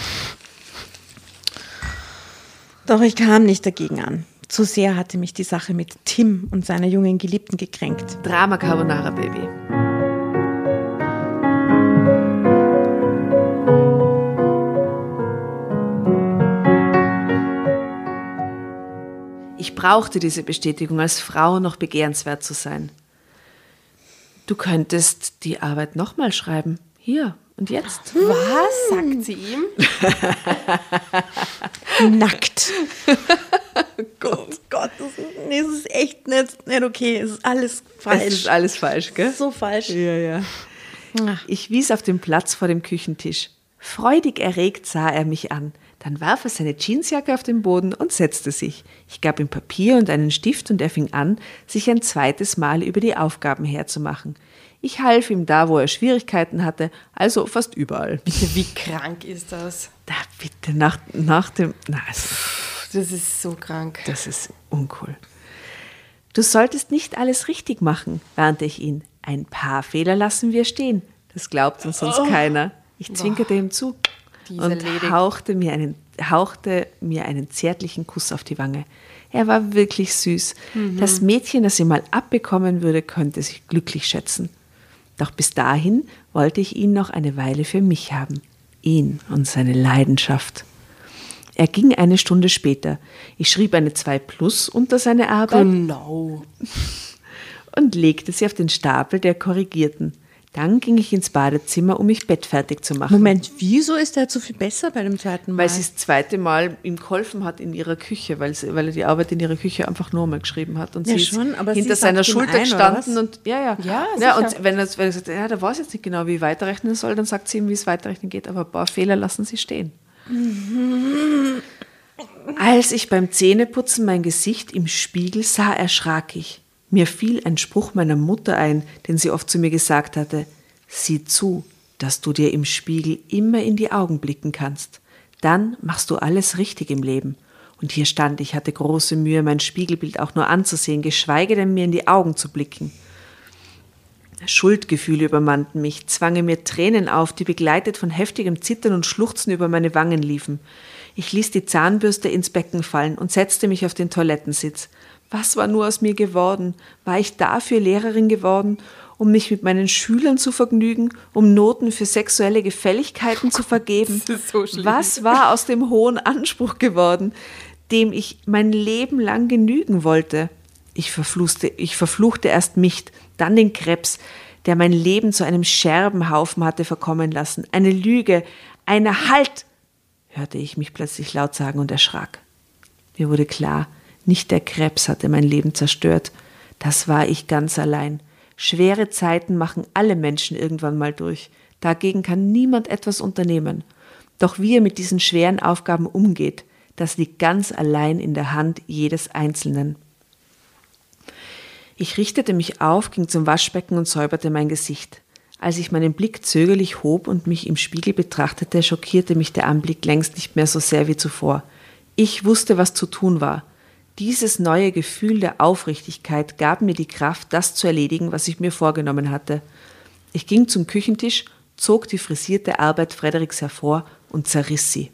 Doch ich kam nicht dagegen an. Zu sehr hatte mich die Sache mit Tim und seiner jungen Geliebten gekränkt. Drama Carbonara, Baby. Ich brauchte diese Bestätigung, als Frau noch begehrenswert zu sein. Du könntest die Arbeit nochmal schreiben. Hier und jetzt. Was, sagt sie ihm? Nackt. Gott, das ist echt nicht okay. Es ist alles falsch. Es ist alles falsch, gell? So falsch. Ja. Ich wies auf den Platz vor dem Küchentisch. Freudig erregt sah er mich an. Dann warf er seine Jeansjacke auf den Boden und setzte sich. Ich gab ihm Papier und einen Stift und er fing an, sich ein zweites Mal über die Aufgaben herzumachen. Ich half ihm da, wo er Schwierigkeiten hatte, also fast überall. Bitte, wie krank ist das? Da bitte nach dem... Na, Das ist so krank. das ist uncool. Du solltest nicht alles richtig machen, warnte ich ihn. Ein paar Fehler lassen wir stehen. Das glaubt uns sonst keiner. Ich zwinkerte ihm zu und hauchte mir einen zärtlichen Kuss auf die Wange. Er war wirklich süß. Das Mädchen, das ihn mal abbekommen würde, könnte sich glücklich schätzen. Doch bis dahin wollte ich ihn noch eine Weile für mich haben. Ihn und seine Leidenschaft. Er ging eine Stunde später. Ich schrieb eine 2+ unter seine Arbeit Genau. und legte sie auf den Stapel der Korrigierten. Dann ging ich ins Badezimmer, um mich bettfertig zu machen. Moment, wieso ist er so viel besser bei dem zweiten Mal? Weil sie das zweite Mal ihm geholfen hat in ihrer Küche, weil er die Arbeit in ihrer Küche einfach nur mal geschrieben hat. Und Ja, sie schon, ist aber hinter sie seiner sagt ihm Schulter ein, oder gestanden was? und ja, sicher. und wenn er sagt, ja, da weiß jetzt nicht genau, wie weiterrechnen soll, dann sagt sie ihm, wie es weiterrechnen geht, aber ein paar Fehler lassen sie stehen. Als ich beim Zähneputzen mein Gesicht im Spiegel sah, erschrak ich. Mir fiel ein Spruch meiner Mutter ein, den sie oft zu mir gesagt hatte: Sieh zu, dass du dir im Spiegel immer in die Augen blicken kannst. Dann machst du alles richtig im Leben. Und hier stand ich, hatte große Mühe, mein Spiegelbild auch nur anzusehen, geschweige denn mir in die Augen zu blicken. Schuldgefühle übermannten mich, zwangen mir Tränen auf, die begleitet von heftigem Zittern und Schluchzen über meine Wangen liefen. Ich ließ die Zahnbürste ins Becken fallen und setzte mich auf den Toilettensitz. Was war nur aus mir geworden? War ich dafür Lehrerin geworden, um mich mit meinen Schülern zu vergnügen, um Noten für sexuelle Gefälligkeiten zu vergeben? Das ist so schlimm. Was war aus dem hohen Anspruch geworden, dem ich mein Leben lang genügen wollte? Ich verfluchte erst mich, dann den Krebs, der mein Leben zu einem Scherbenhaufen hatte verkommen lassen. Eine Lüge, Halt! Hörte ich mich plötzlich laut sagen und erschrak. Mir wurde klar, nicht der Krebs hatte mein Leben zerstört. Das war ich ganz allein. Schwere Zeiten machen alle Menschen irgendwann mal durch. Dagegen kann niemand etwas unternehmen. Doch wie er mit diesen schweren Aufgaben umgeht, das liegt ganz allein in der Hand jedes Einzelnen. Ich richtete mich auf, ging zum Waschbecken und säuberte mein Gesicht. Als ich meinen Blick zögerlich hob und mich im Spiegel betrachtete, schockierte mich der Anblick längst nicht mehr so sehr wie zuvor. Ich wusste, was zu tun war. Dieses neue Gefühl der Aufrichtigkeit gab mir die Kraft, das zu erledigen, was ich mir vorgenommen hatte. Ich ging zum Küchentisch, zog die frisierte Arbeit Frederiks hervor und zerriss sie.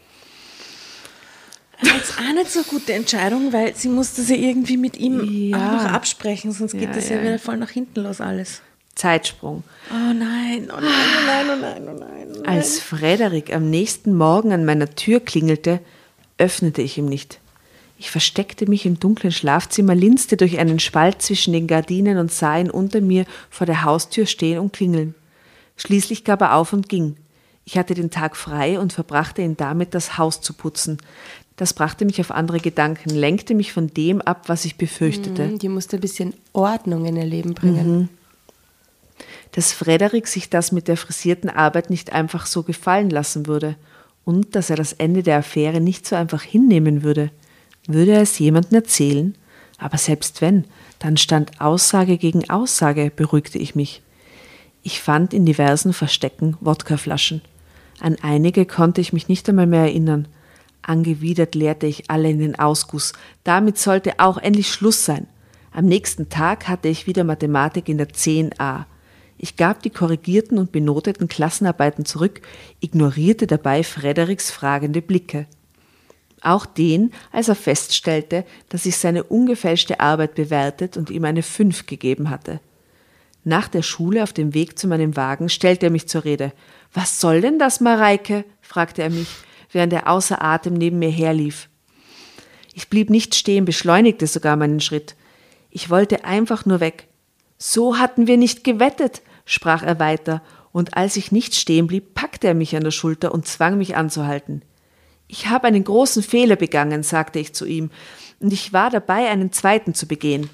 Jetzt auch nicht so eine gute Entscheidung, weil sie musste sie irgendwie mit ihm auch noch absprechen, sonst geht das ja wieder voll nach hinten los alles. Zeitsprung. Oh nein, oh nein, oh nein, oh nein, oh nein, oh nein. Als Frederik am nächsten Morgen an meiner Tür klingelte, öffnete ich ihm nicht. Ich versteckte mich im dunklen Schlafzimmer, linste durch einen Spalt zwischen den Gardinen und sah ihn unter mir vor der Haustür stehen und klingeln. Schließlich gab er auf und ging. Ich hatte den Tag frei und verbrachte ihn damit, das Haus zu putzen. Das brachte mich auf andere Gedanken, lenkte mich von dem ab, was ich befürchtete. Die musste ein bisschen Ordnung in ihr Leben bringen. Dass Frederik sich das mit der frisierten Arbeit nicht einfach so gefallen lassen würde und dass er das Ende der Affäre nicht so einfach hinnehmen würde. Würde er es jemandem erzählen? Aber selbst wenn, dann stand Aussage gegen Aussage, beruhigte ich mich. Ich fand in diversen Verstecken Wodkaflaschen. An einige konnte ich mich nicht einmal mehr erinnern. Angewidert leerte ich alle in den Ausguss. Damit sollte auch endlich Schluss sein. Am nächsten Tag hatte ich wieder Mathematik in der 10a. Ich gab die korrigierten und benoteten Klassenarbeiten zurück, ignorierte dabei Frederiks fragende Blicke. Auch den, als er feststellte, dass ich seine ungefälschte Arbeit bewertet und ihm eine 5 gegeben hatte. Nach der Schule auf dem Weg zu meinem Wagen stellte er mich zur Rede. »Was soll denn das, Mareike?« fragte er mich, während er außer Atem neben mir herlief. Ich blieb nicht stehen, beschleunigte sogar meinen Schritt. Ich wollte einfach nur weg. »So hatten wir nicht gewettet«, sprach er weiter, und als ich nicht stehen blieb, packte er mich an der Schulter und zwang mich anzuhalten. »Ich habe einen großen Fehler begangen«, sagte ich zu ihm, und ich war dabei, einen zweiten zu begehen.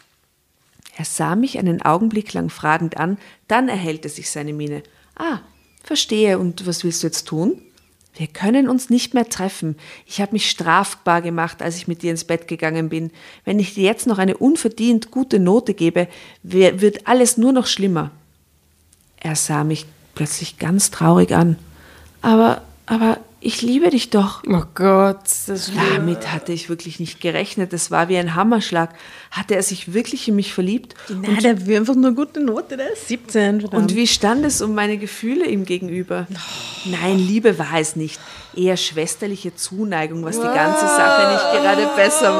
Er sah mich einen Augenblick lang fragend an, dann erhellte sich seine Miene. »Ah, verstehe, und was willst du jetzt tun?« »Wir können uns nicht mehr treffen. Ich habe mich strafbar gemacht, als ich mit dir ins Bett gegangen bin. Wenn ich dir jetzt noch eine unverdient gute Note gebe, wird alles nur noch schlimmer.« Er sah mich plötzlich ganz traurig an. »Aber ich liebe dich doch.« Oh Gott, das ist schlimm. Damit hatte ich wirklich nicht gerechnet. Es war wie ein Hammerschlag. Hatte er sich wirklich in mich verliebt? Nein, der will einfach nur eine gute Note, der ist 17. Verdammt. Und wie stand es um meine Gefühle ihm gegenüber? Nein, Liebe war es nicht. Eher schwesterliche Zuneigung, was die ganze Sache nicht gerade besser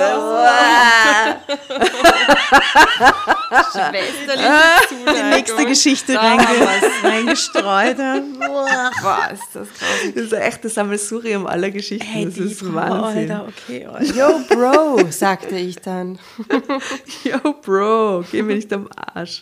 machte. Schwesterliche Zuneigung. Die nächste Geschichte reingestreut. Boah, ist das grausig. Das ist ein echtes Sammelsurium aller Geschichten. Hey, das die ist Frau, Wahnsinn. Alter, okay, Alter. Yo, Bro, sagte ich dann. Yo, Bro, geh mir nicht am Arsch.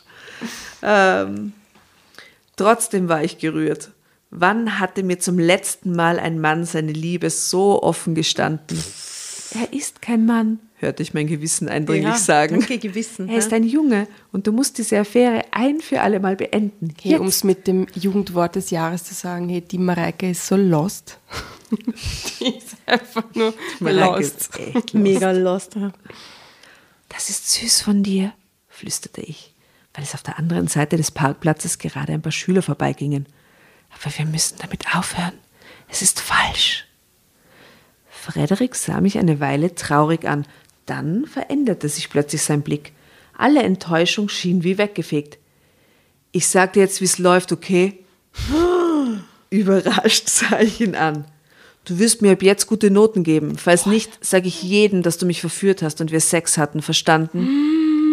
Trotzdem war ich gerührt. Wann hatte mir zum letzten Mal ein Mann seine Liebe so offen gestanden? Er ist kein Mann, hörte ich mein Gewissen eindringlich sagen. Danke, Gewissen. Er ist ein Junge und du musst diese Affäre ein für alle Mal beenden. Hey, um es mit dem Jugendwort des Jahres zu sagen, hey, die Mareike ist so lost. Die ist einfach nur Mareike lost. ist echt lost. Mega lost. Das ist süß von dir, flüsterte ich, weil es auf der anderen Seite des Parkplatzes gerade ein paar Schüler vorbeigingen. Aber wir müssen damit aufhören. Es ist falsch. Frederik sah mich eine Weile traurig an. Dann veränderte sich plötzlich sein Blick. Alle Enttäuschung schien wie weggefegt. Ich sag dir jetzt, wie es läuft, okay? Überrascht sah ich ihn an. Du wirst mir ab jetzt gute Noten geben. Falls nicht, sage ich jedem, dass du mich verführt hast und wir Sex hatten. Verstanden?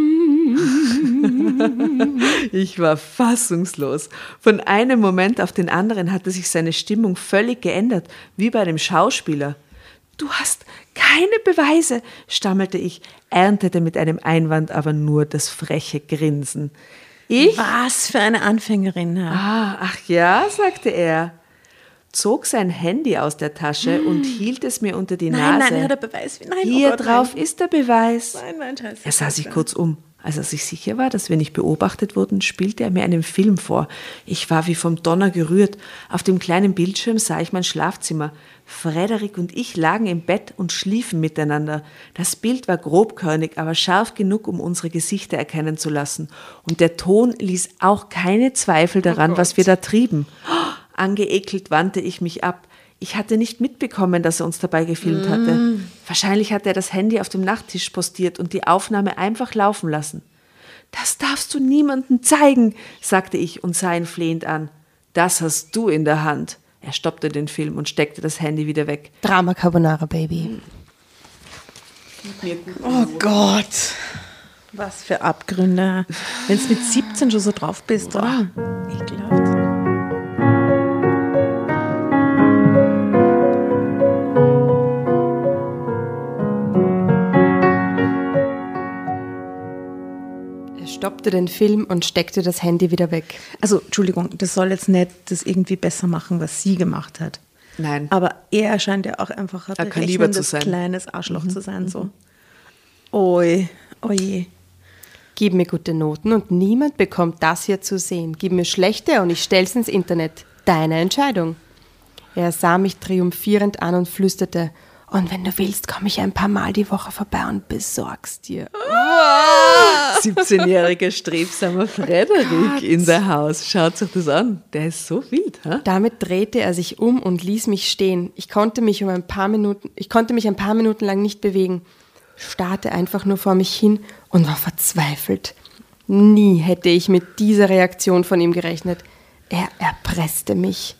Ich war fassungslos. Von einem Moment auf den anderen hatte sich seine Stimmung völlig geändert, wie bei einem Schauspieler. »Du hast keine Beweise«, stammelte ich, erntete mit einem Einwand aber nur das freche Grinsen. Ich? Was für eine Anfängerin. Ach ja, sagte er, zog sein Handy aus der Tasche und hielt es mir unter die Nase. Nein, der Beweis. Nein, Hier oh Gott, drauf ist der Beweis. Nein, scheiße. Er sah sich kurz um. Als er sich sicher war, dass wir nicht beobachtet wurden, spielte er mir einen Film vor. Ich war wie vom Donner gerührt. Auf dem kleinen Bildschirm sah ich mein Schlafzimmer. Frederik und ich lagen im Bett und schliefen miteinander. Das Bild war grobkörnig, aber scharf genug, um unsere Gesichter erkennen zu lassen. Und der Ton ließ auch keine Zweifel daran, was wir da trieben. Angeekelt wandte ich mich ab. Ich hatte nicht mitbekommen, dass er uns dabei gefilmt hatte. Wahrscheinlich hatte er das Handy auf dem Nachttisch postiert und die Aufnahme einfach laufen lassen. »Das darfst du niemandem zeigen«, sagte ich und sah ihn flehend an. »Das hast du in der Hand.« Er stoppte den Film und steckte das Handy wieder weg. Drama Carbonara, Baby. Oh Gott. Was für Abgründe. Wenn du mit 17 schon so drauf bist, oder? Ekelhaft. Stoppte den Film und steckte das Handy wieder weg. Also, Entschuldigung, das soll jetzt nicht das irgendwie besser machen, was sie gemacht hat. Nein. Aber er scheint ja auch einfach ein Kaliber zu berechnendes, sein. kleines Arschloch zu sein. So. Oi, oje. Gib mir gute Noten und niemand bekommt das hier zu sehen. Gib mir schlechte und ich stell's ins Internet. Deine Entscheidung. Er sah mich triumphierend an und flüsterte, und wenn du willst, komme ich ein paar Mal die Woche vorbei und besorg's dir. 17-jähriger strebsamer Frederik in der Haus. Schaut sich das an. Der ist so wild. Ha? Damit drehte er sich um und ließ mich stehen. Ich konnte mich ein paar Minuten lang nicht bewegen, starrte einfach nur vor mich hin und war verzweifelt. Nie hätte ich mit dieser Reaktion von ihm gerechnet. Er erpresste mich.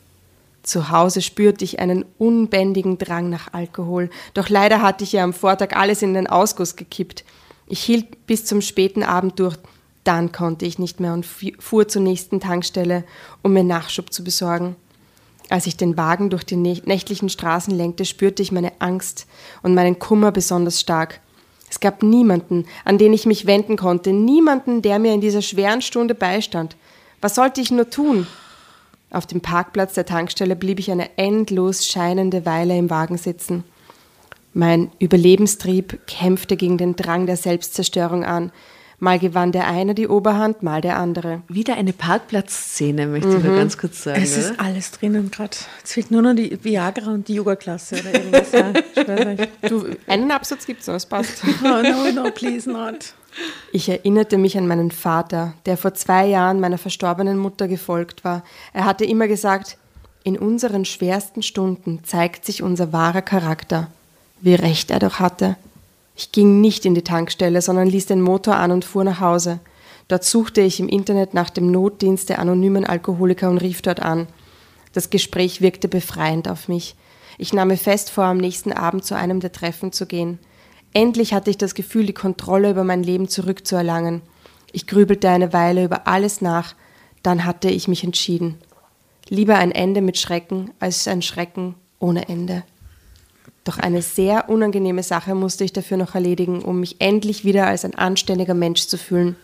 Zu Hause spürte ich einen unbändigen Drang nach Alkohol. Doch leider hatte ich ja am Vortag alles in den Ausguss gekippt. Ich hielt bis zum späten Abend durch. Dann konnte ich nicht mehr und fuhr zur nächsten Tankstelle, um mir Nachschub zu besorgen. Als ich den Wagen durch die nächtlichen Straßen lenkte, spürte ich meine Angst und meinen Kummer besonders stark. Es gab niemanden, an den ich mich wenden konnte, niemanden, der mir in dieser schweren Stunde beistand. Was sollte ich nur tun? Auf dem Parkplatz der Tankstelle blieb ich eine endlos scheinende Weile im Wagen sitzen. Mein Überlebenstrieb kämpfte gegen den Drang der Selbstzerstörung an. Mal gewann der eine die Oberhand, mal der andere. Wieder eine Parkplatzszene, möchte ich nur ganz kurz sagen. Es ist alles drinnen gerade. Jetzt fehlt nur noch die Viagra und die Yoga-Klasse oder irgendwas. Ja, ich weiß nicht. Du, einen Absatz gibt's noch, es passt. Oh, no, please not. Ich erinnerte mich an meinen Vater, der vor 2 Jahren meiner verstorbenen Mutter gefolgt war. Er hatte immer gesagt, in unseren schwersten Stunden zeigt sich unser wahrer Charakter. Wie recht er doch hatte. Ich ging nicht in die Tankstelle, sondern ließ den Motor an und fuhr nach Hause. Dort suchte ich im Internet nach dem Notdienst der anonymen Alkoholiker und rief dort an. Das Gespräch wirkte befreiend auf mich. Ich nahm mir fest vor, am nächsten Abend zu einem der Treffen zu gehen. Endlich hatte ich das Gefühl, die Kontrolle über mein Leben zurückzuerlangen. Ich grübelte eine Weile über alles nach, dann hatte ich mich entschieden. Lieber ein Ende mit Schrecken als ein Schrecken ohne Ende. Doch eine sehr unangenehme Sache musste ich dafür noch erledigen, um mich endlich wieder als ein anständiger Mensch zu fühlen.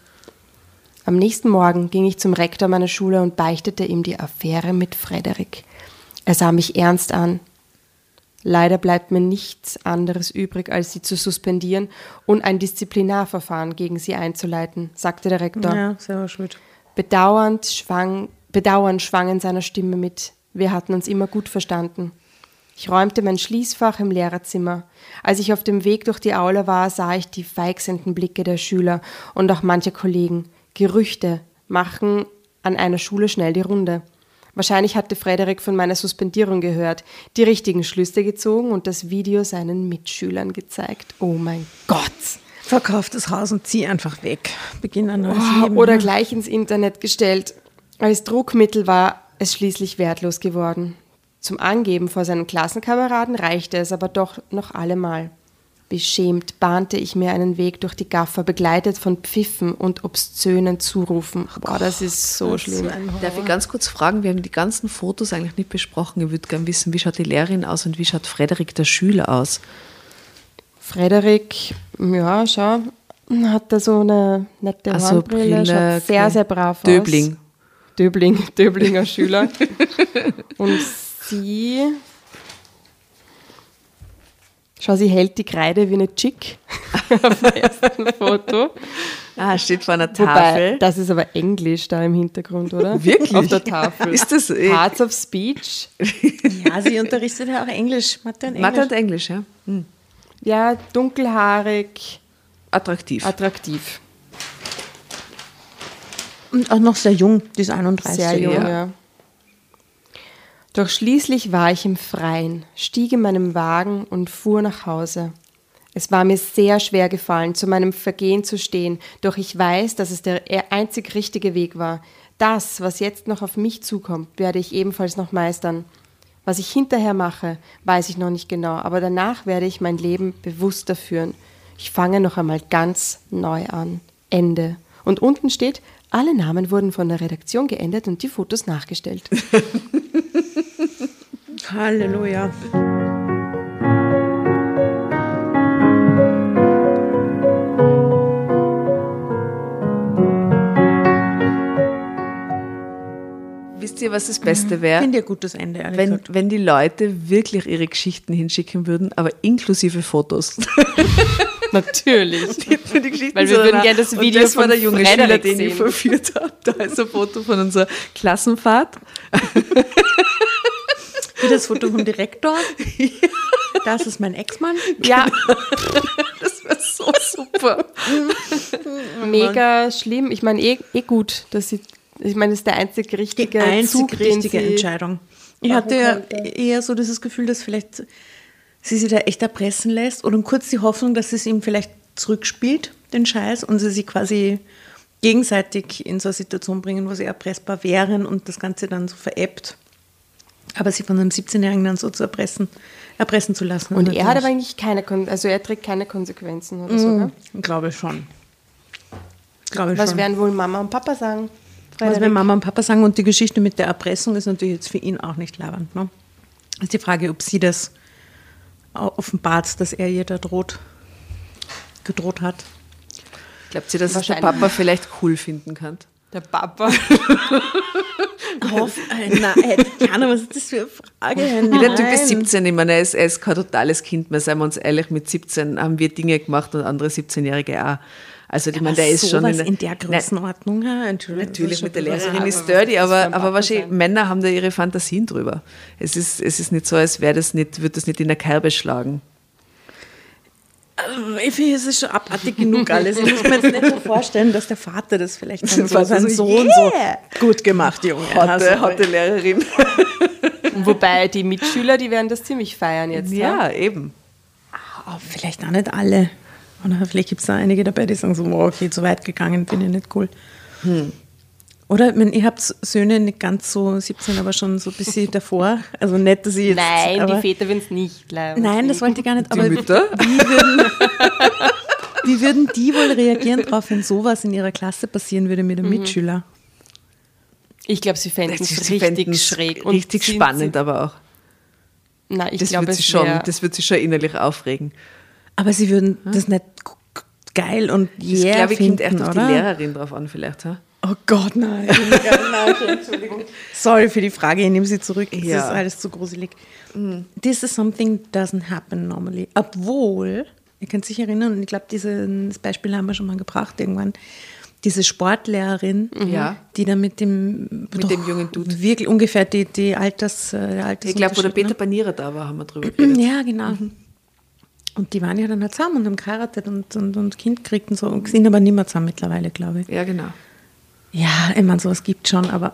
Am nächsten Morgen ging ich zum Rektor meiner Schule und beichtete ihm die Affäre mit Frederik. Er sah mich ernst an. Leider bleibt mir nichts anderes übrig, als sie zu suspendieren und ein Disziplinarverfahren gegen sie einzuleiten, sagte der Rektor. Ja, selber schuld. Bedauern schwang in seiner Stimme mit. Wir hatten uns immer gut verstanden. Ich räumte mein Schließfach im Lehrerzimmer. Als ich auf dem Weg durch die Aula war, sah ich die feixenden Blicke der Schüler und auch mancher Kollegen. Gerüchte machen an einer Schule schnell die Runde. Wahrscheinlich hatte Frederik von meiner Suspendierung gehört, die richtigen Schlüsse gezogen und das Video seinen Mitschülern gezeigt. Oh mein Gott! Verkauf das Haus und zieh einfach weg. Beginn ein neues Leben. Oder gleich ins Internet gestellt. Als Druckmittel war es schließlich wertlos geworden. Zum Angeben vor seinen Klassenkameraden reichte es aber doch noch allemal. Beschämt bahnte ich mir einen Weg durch die Gaffer, begleitet von Pfiffen und obszönen Zurufen. Boah, das ist so schlimm. Darf ich ganz kurz fragen, wir haben die ganzen Fotos eigentlich nicht besprochen. Ich würde gerne wissen, wie schaut die Lehrerin aus und wie schaut Frederik, der Schüler, aus? Frederik, ja, schau, hat da so eine nette Hornbrille, schaut sehr, sehr brav aus. Döblinger Schüler. Und sie... Schau, sie hält die Kreide wie eine Chick auf dem ersten Foto. Ah, steht vor einer Tafel. Wobei, das ist aber Englisch da im Hintergrund, oder? Wirklich? Auf der Tafel. Ist das Parts of Speech. Ja, sie unterrichtet ja auch Englisch. Mathe und Englisch. Mathe und Englisch, ja. Ja, dunkelhaarig. Attraktiv. Und auch noch sehr jung, die ist 31. Sehr jung, ja. Doch schließlich war ich im Freien, stieg in meinem Wagen und fuhr nach Hause. Es war mir sehr schwer gefallen, zu meinem Vergehen zu stehen, doch ich weiß, dass es der einzig richtige Weg war. Das, was jetzt noch auf mich zukommt, werde ich ebenfalls noch meistern. Was ich hinterher mache, weiß ich noch nicht genau, aber danach werde ich mein Leben bewusster führen. Ich fange noch einmal ganz neu an. Ende. Und unten steht, alle Namen wurden von der Redaktion geändert und die Fotos nachgestellt. Halleluja. Wisst Wisst ihr, was das Beste wäre? Finde ich ein gutes Ende, ehrlich gesagt. Wenn die Leute wirklich ihre Geschichten hinschicken würden, aber inklusive Fotos. Natürlich. Für die Geschichten Weil wir würden gerne das Video und das war von der junge Frederik Schüler, den sehen. ich verführt habe. Da ist ein Foto von unserer Klassenfahrt. Wie das Foto vom Direktor. Das ist mein Ex-Mann. Ja, Das wäre so super. mega schlimm. Ich meine, eh gut, dass sie, ich meine, das ist der einzig richtige Die einzig Zug, den richtige sie Entscheidung. Ich machen hatte ja konnte. eher so dieses Gefühl, dass vielleicht sie sich da echt erpressen lässt oder kurz die Hoffnung, dass es ihm vielleicht zurückspielt, den Scheiß, und sie sich quasi gegenseitig in so eine Situation bringen, wo sie erpressbar wären und das Ganze dann so veräppt. Aber sie von einem 17-Jährigen dann so zu erpressen zu lassen. Und ist er hat aber natürlich- eigentlich also er trägt keine Konsequenzen oder so, ne? Glaube schon. Was werden wohl Mama und Papa sagen? Was werden Frederik? Mama und Papa sagen? Und die Geschichte mit der Erpressung ist natürlich jetzt für ihn auch nicht labernd. Ne? Ist die Frage, ob sie das offenbart, dass er ihr da gedroht hat. Glaubt ihr, dass es der Wahrscheinlich. Papa vielleicht cool finden kann? Der Papa. Jana, was ist das für eine Frage? Wie der Typ ist 17, ich meine, er ist kein totales Kind mehr, seien wir uns ehrlich, mit 17 haben wir Dinge gemacht und andere 17-Jährige auch. Also ich meine, der ist schon in der Größenordnung. Entschuldigung, Natürlich, mit der das ist schon Lehrerin ein ist dirty, das für ein aber Papa wahrscheinlich, sein? Männer haben da ihre Fantasien drüber. Es ist nicht so, als würde das nicht in der Kerbe schlagen. Ich finde, es ist schon abartig genug alles. Ich muss mir jetzt nicht so vorstellen, dass der Vater das vielleicht dann so, sein so, Sohn yeah. so gut gemacht, Junge. Also, Hatte Lehrerin. Wobei die Mitschüler, die werden das ziemlich feiern jetzt. Ja, eben. vielleicht auch nicht alle. Oder vielleicht gibt es da einige dabei, die sagen so, oh, okay, zu weit gegangen, bin ich nicht cool. Oder, ich meine, ihr habt Söhne nicht ganz so 17, aber schon so ein bisschen davor. Also nicht, dass ich jetzt... Nein, aber, die Väter werden es nicht leider. Nein, das wollte ich gar nicht. Die Aber Mütter? wie würden die wohl reagieren drauf, wenn sowas in ihrer Klasse passieren würde mit einem Mitschüler? Ich glaube, sie fänden es Sie richtig fänden's schräg. Richtig spannend, aber auch. Nein, ich Das glaube, wird, es sie schon innerlich aufregen. Aber sie würden das nicht geil und Das, yeah glaube ich, kommt finden, echt auf die oder? Lehrerin drauf an, vielleicht. Ha? Oh Gott, nein. Nein, Entschuldigung. Sorry für die Frage, ich nehme sie zurück. Das Ja. ist alles zu gruselig. This is something doesn't happen normally. Obwohl, ihr könnt sich erinnern, und ich glaube, dieses Beispiel haben wir schon mal gebracht irgendwann, diese Sportlehrerin, Ja. die da mit dem jungen Dude. wirklich ungefähr die der Ich glaube, wo der Altersunterschied, Peter ne? Banierer da war, haben wir drüber geredet. Ja, genau. Und die waren ja dann halt zusammen und haben geheiratet und Kind gekriegt und so und sind aber nicht mehr zusammen mittlerweile, glaube ich. Ja, genau. Ja, ich meine, sowas gibt schon, aber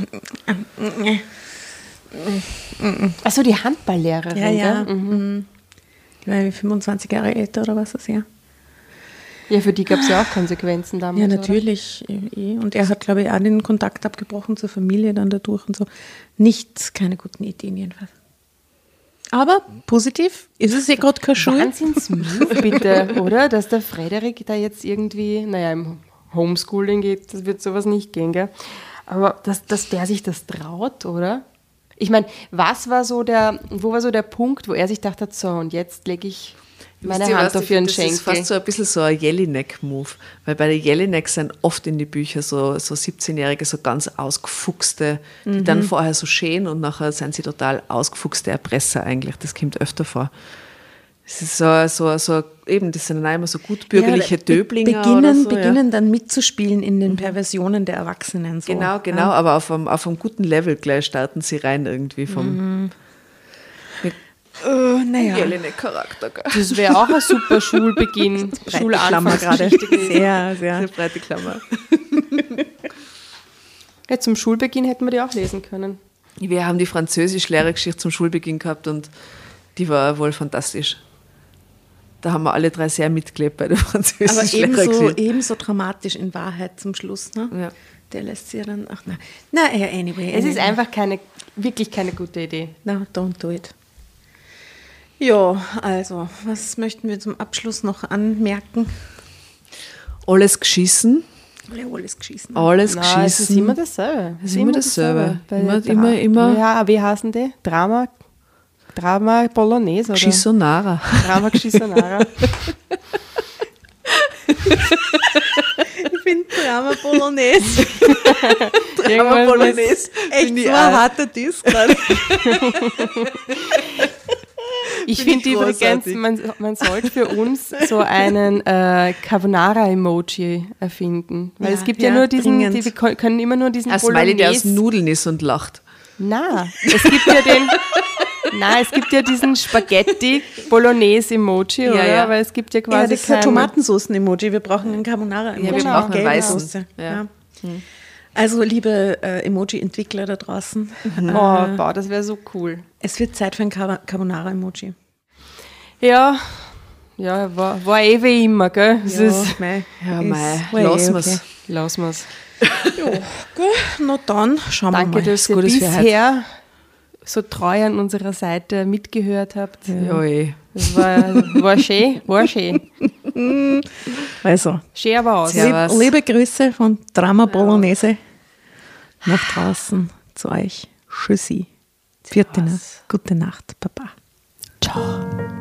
Achso, die Handballlehrerin. ja, ja. Gell? Die war irgendwie 25 Jahre älter oder was das ja. Ja, für die gab es ja auch Konsequenzen damals. Ja, oder? natürlich. Und er hat, glaube ich, auch den Kontakt abgebrochen zur Familie dann dadurch und so. Keine guten Ideen jedenfalls. Aber positiv ist es gerade kein Schuld. Wahnsinns-Move, bitte, oder? Dass der Frederik da jetzt irgendwie, naja, im Homeschooling geht, das wird sowas nicht gehen, gell? Aber dass der sich das traut, oder? Ich meine, wo war so der Punkt, wo er sich gedacht hat, so, und jetzt lege ich meine Wisst ihr Hand was, auf ihren das Schenkel. ist fast so ein bisschen so ein Jelinek-Move, weil bei der Jelinek sind oft in die Bücher so 17-Jährige, so ganz ausgefuchste, die dann vorher so schön und nachher sind sie total ausgefuchste Erpresser eigentlich. Das kommt öfter vor. Es ist so eben, das sind dann auch immer so gutbürgerliche Döblinger oder so. beginnen dann mitzuspielen in den Perversionen der Erwachsenen. So. Genau, aber auf einem guten Level gleich starten sie rein irgendwie vom Naja, Jelinek-Charakter. gell? Das wäre auch ein super Schulbeginn, Klammer gerade. Schulanfangsgeschichte gewesen. Sehr, Sehr sehr. breite Klammer. Ja, zum Schulbeginn hätten wir die auch lesen können. Wir haben die Französisch-Lehrergeschichte zum Schulbeginn gehabt und die war wohl fantastisch. Da haben wir alle drei sehr mitgelebt bei der Aber Französisch-Lehrergeschichte. ebenso dramatisch in Wahrheit zum Schluss. Ne? Ja. Der lässt sie ja dann, ach nein. Na, ja, anyway. Es ist einfach wirklich keine gute Idee. No, don't do it. Ja, also, was möchten wir zum Abschluss noch anmerken? Alles geschissen, Ja, alles geschießen. alles Nein, es ist geschissen. immer dasselbe. Es ist immer dasselbe. Bei Immer. Ja, wie heißen die? Drama Bolognese oder? Geschissonara. Drama Geschissonara. Ich finde Drama Bolognese. Drama Bolognese. Echt so ein harter Diss gerade. Ich finde übrigens, man sollte für uns so einen Carbonara-Emoji erfinden. Weil es gibt ja nur diesen, wir können immer nur diesen Smiley, der aus Nudeln ist und lacht. Es gibt ja diesen Spaghetti-Bolognese-Emoji, oder? Ja. Weil es gibt ja quasi das ist ein Tomatensoßen-Emoji. Wir brauchen einen Carbonara-Emoji. Ja, wir brauchen einen weißen. Ja. Also, liebe Emoji-Entwickler da draußen, Boah, das wäre so cool. es wird Zeit für ein Carbonara-Emoji. Ja, war wie immer, gell? Lassen wir's. Na dann, schauen wir mal. Danke, dass ihr Gutes für bisher so treu an unserer Seite mitgehört habt. Das war schön, Also, Schön aber aus. Servus. liebe Grüße von Drama Bolognese nach draußen zu euch. Tschüssi. Vierte Nacht. Gute Nacht, Papa. Ciao.